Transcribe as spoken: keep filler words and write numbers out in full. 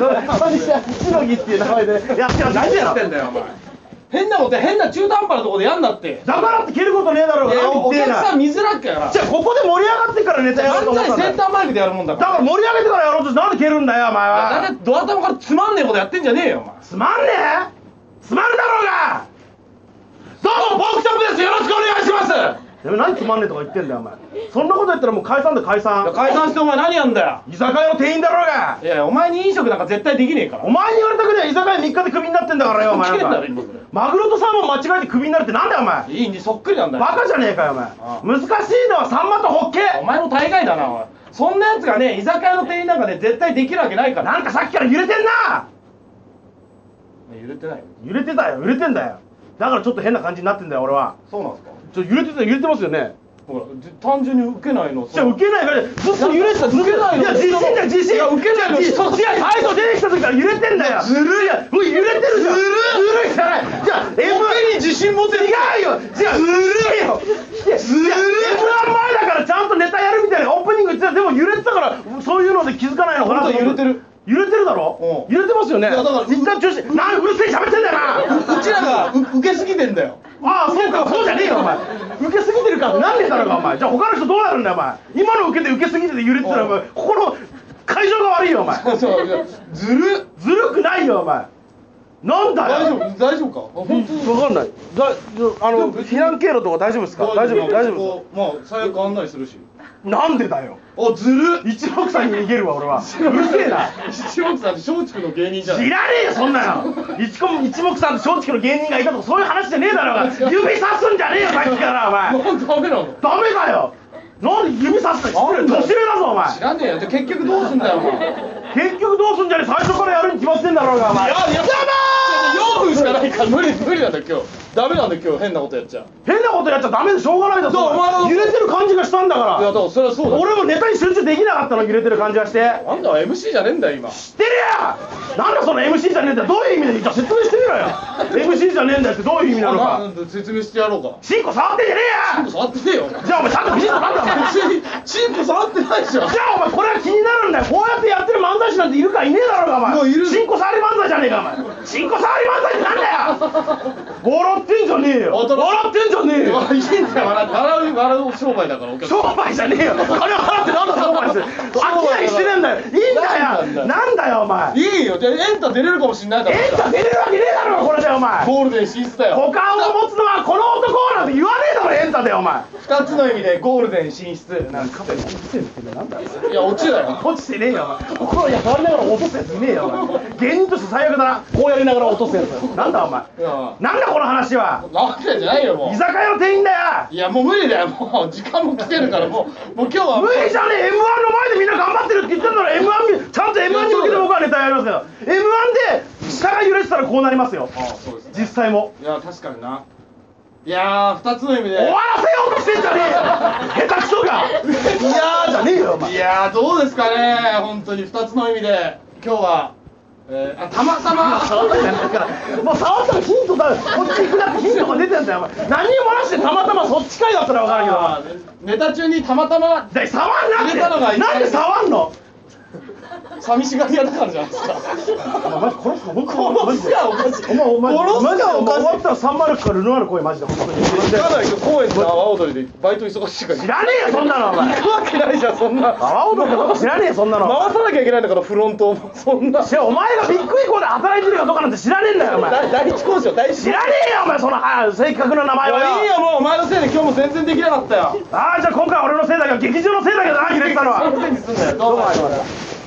しのぎっていう名前でやってる。 何やってんだよお前。変なこと変な中途半端なとこでやんなって。 だからって蹴ることねえだろうが。 お客さん見づらっけやな。 じゃあここで盛り上がってからネタやろうと思ったんだよ。 センターマイクでやるもんだから。 だから盛り上げてからやろうとしてなんで蹴るんだよお前は。 だってドア玉からつまんねえことやってんじゃねえよお前。 つまんねえ？つまるだろうが。どうもポークチョップです。よろしくお願いします。でも何つまんねえとか言ってんだよお前。そんなこと言ったらもう解散だ解散。 解散してお前何やんだよ。 居酒屋の店員だろうが。 いやお前に飲食なんか絶対できねえから。 お前に言われたくねえ。居酒屋みっかでクビになってんだからよお前。マグロとサーモン間違えてクビになるってなんだよお前。 いいにそっくりなんだよ。 バカじゃねえかよお前。難しいのはサンマとホッケ。 お前も大概だなおい。そんなやつがね居酒屋の店員なんかね絶対できるわけないから。 なんかさっきから揺れてんな。 揺れてないよ。 揺れてたよ揺れてんだよ。だからちょっと変な感じになってんだよ俺は。 そうなんすか。 ちょ揺れてた揺れてますよね。 ほら単純に受けないの。 じゃあ受けないからずっと揺れてた。 受けないの。 いや自信だよ自信。いや受けないの。いや最初出てきた時から揺れてんだよ。ずるい。いやもう揺れてるじゃん。ずるいじゃない。じゃあ エムワン に自信持って違うよ。違うずるいよ。ずるい。エムワン 前だからちゃんとネタやるみたいなオープニング言ってた。でも揺れてたからそういうので気づかないのかな。 揺れてる。 揺れてるだろ。揺れてますよね。だから一旦中止。なんうるせえ喋ってんだよな。 うちらが受けすぎてんだよ。 ああそうかそうじゃねえよお前。受けすぎてるからなんでだろうがお前。じゃあ他の人どうなるんだよお前。今の受けて受けすぎてて揺れてたらお前ここの会場が悪いよお前。 そうそうずるずるくないよお前。なんだよ。 大丈夫大丈夫か。本当分かんない。だあの避難経路とか大丈夫ですか。大丈夫大丈夫。 まあ最悪案内するし。 なんでだよ。 あずる。 一目散に逃げるわ俺は。うるせえな。 一目散って松竹の芸人じゃん。 知らねえよそんなの。一目一目散と松竹の芸人がいたとかそういう話じゃねえだろうが。指さすんじゃねえよさっきからお前。 ダメなの。 ダメだよ。なんで指さすの。失礼年上だぞお前。 知らねえよ。じゃ結局どうすんだよお前。 結局どうすんじゃねえ。最初からやるに決まってんだろうがお前。 いやいやよんふんしかないから無理無理なんだよ今日。ダメなんだよ今日変なことやっちゃう。 変なことやっちゃダメでしょうがないだろ。 お前の揺れてる感じがしたんだから。 いやだからそれはそうだ。 俺もネタに集中できなかったの揺れてる感じがして。 なんだ エムシー じゃねえんだよ今。 知ってるよ。なんだその エムシー じゃねえんだよ。どういう意味でじゃあ説明してみろよ。エムシー じゃねえんだよってどういう意味なのか。 説明してやろうか。 チンコ触ってんじゃねえよ。 チンコ触ってねえよ。 じゃあお前ちゃんとビシッとなんだお前。 チンコ触ってないじゃん。 じゃあお前これは気になるんだよ。こうやってやってる漫才師なんているかいねえだろうがお前。 もういる。 チンコ触り漫才じゃねえかお前。チンコ触り漫才ってなんだよ。笑ってんじゃねえよ。笑ってんじゃねえよ。 いいんだよ笑う笑う笑う商売だからお客さん。 商売じゃねえよ。金払ってなんだ商売する。飽きないしてねえんだよ。いいんだよ。なんだよお前。 いいよ。じゃあエンタ出れるかもしんないだろ。 エンタ出れるわけねえだろこれでお前。 ゴールデン進出だよ。 股間を持つのはこの男なんて言わねえだろエンタでお前。 二つの意味でゴールデン進出。 なんか落ちてるってなんだよ。 いや落ちだよ。 落ちてねえよお前。心や触りながら落とすやついねえよお前。芸人として最悪だな。こうやりながら落とすやつ。なんだお前。なんだこの話は。 なわけじゃないよもう。 居酒屋の店員だよ。 いやもう無理だよもう時間も来てるからもうもう今日は無理じゃねえ。 エムワン の前でみんな頑張ってるって言ってんだろ。 エムワン ちゃんと エムワン に向けて僕はネタやりますよ。 エムワン で下が揺れてたらこうなりますよ。 ああそうですね。 実際も。 いや確かにな。いやー二つの意味で終わらせようとしてんじゃねえよ下手くそが。いやーじゃねえよお前。 いやーどうですかね本当に二つの意味で今日は、えー、あたまたま触ったじゃんだからもう触ったらヒントだ。こっち行くなってヒントが出てんだよお前。何にもなしでたまたまそっちかいだったら分かるけどネタ中にたまたまだ触んなって。 入れたのがなんで触んの。 寂しがり屋だからじゃないですか。 お前マジ殺すか。 殺すかおかしい。 お前お前殺すかおかしい。 終わったらサンマルクかルノワール来いマジで本当に。 行かないと公園で阿波踊りでバイト忙しいから。 知らねえよそんなのお前。 行くわけないじゃんそんな。 阿波踊りのこと知らねえよそんなの。 回さなきゃいけないんだからフロントをそんな。 いやお前がビッグイコーで働いてるかどうかなんて知らねえんだよお前。 第一講師よ第一。 知らねえよお前そのあ正確な名前はよ。 いいよもうお前のせいで今日も全然できなかったよ。 ああじゃあ今回俺のせいだけど劇場のせいだけどな揺れてたのは。 そのせいにすんだよ。どうもありがとうございます。